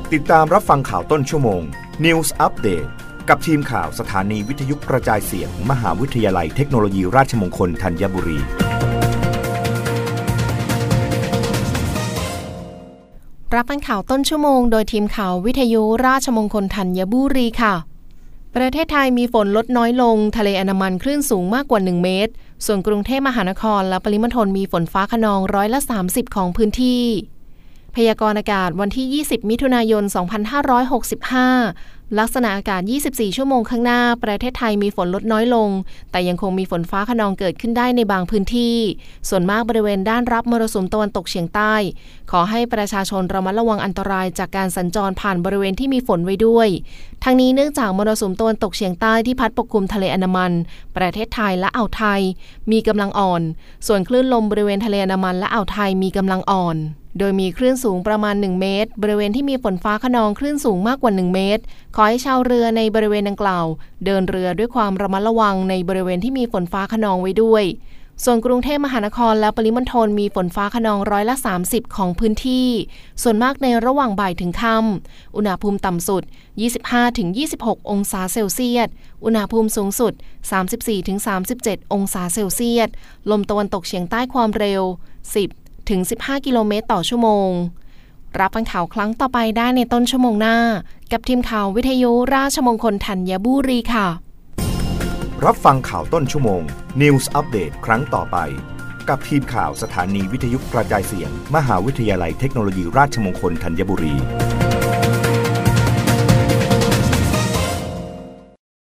ติดตามรับฟังข่าวต้นชั่วโมง News Update กับทีมข่าวสถานีวิทยุกระจายเสียง มหาวิทยาลัยเทคโนโลยีราชมงคลธัญบุรีรับฟังข่าวต้นชั่วโมงโดยทีมข่าววิทยุราชมงคลธัญบุรีค่ะประเทศไทยมีฝนลดน้อยลงทะเลอันดามันคลื่นสูงมากกว่า1เมตรส่วนกรุงเทพมหานครและปริมณฑลมีฝนฟ้าคะนอง30%ของพื้นที่พยากรณ์อากาศวันที่20มิถุนายน2565ลักษณะอากาศ24ชั่วโมงข้างหน้าประเทศไทยมีฝนลดน้อยลงแต่ยังคงมีฝนฟ้าคะนองเกิดขึ้นได้ในบางพื้นที่ส่วนมากบริเวณด้านรับมรสุมตะวันตกเฉียงใต้ขอให้ประชาชนระมัดระวังอันตรายจากการสัญจรผ่านบริเวณที่มีฝนไว้ด้วยทั้งนี้เนื่องจากมรสุมตะวันตกเฉียงใต้ที่พัดปกคลุมทะเลอันดามันประเทศไทยและอ่าวไทยมีกำลังอ่อนส่วนคลื่นลมบริเวณทะเลอันดามันและอ่าวไทยมีกำลังอ่อนโดยมีคลื่นสูงประมาณ1เมตรบริเวณที่มีฝนฟ้าคะนองคลื่นสูงมากกว่า1เมตรขอให้ชาวเรือในบริเวณดังกล่าวเดินเรือด้วยความระมัดระวังในบริเวณที่มีฝนฟ้าคะนองไว้ด้วยส่วนกรุงเทพมหานครและปริมณฑลมีฝนฟ้าคะนอง30%ของพื้นที่ส่วนมากในระหว่างบ่ายถึงค่ำอุณหภูมิต่ำสุด 25-26 องศาเซลเซียสอุณหภูมิสูงสุด 34-37 องศาเซลเซียสลมตะวันตกเฉียงใต้ความเร็ว 10-15 กิโลเมตรต่อชั่วโมงรับฟังข่าวครั้งต่อไปได้ในต้นชั่วโมงหน้ากับทีมข่าววิทยุราชมงคลธัญบุรีค่ะรับฟังข่าวต้นชั่วโมง News Update ครั้งต่อไปกับทีมข่าวสถานีวิทยุกระจายเสียง มหาวิทยาลัยเทคโนโลยีราชมงคลธัญบุรี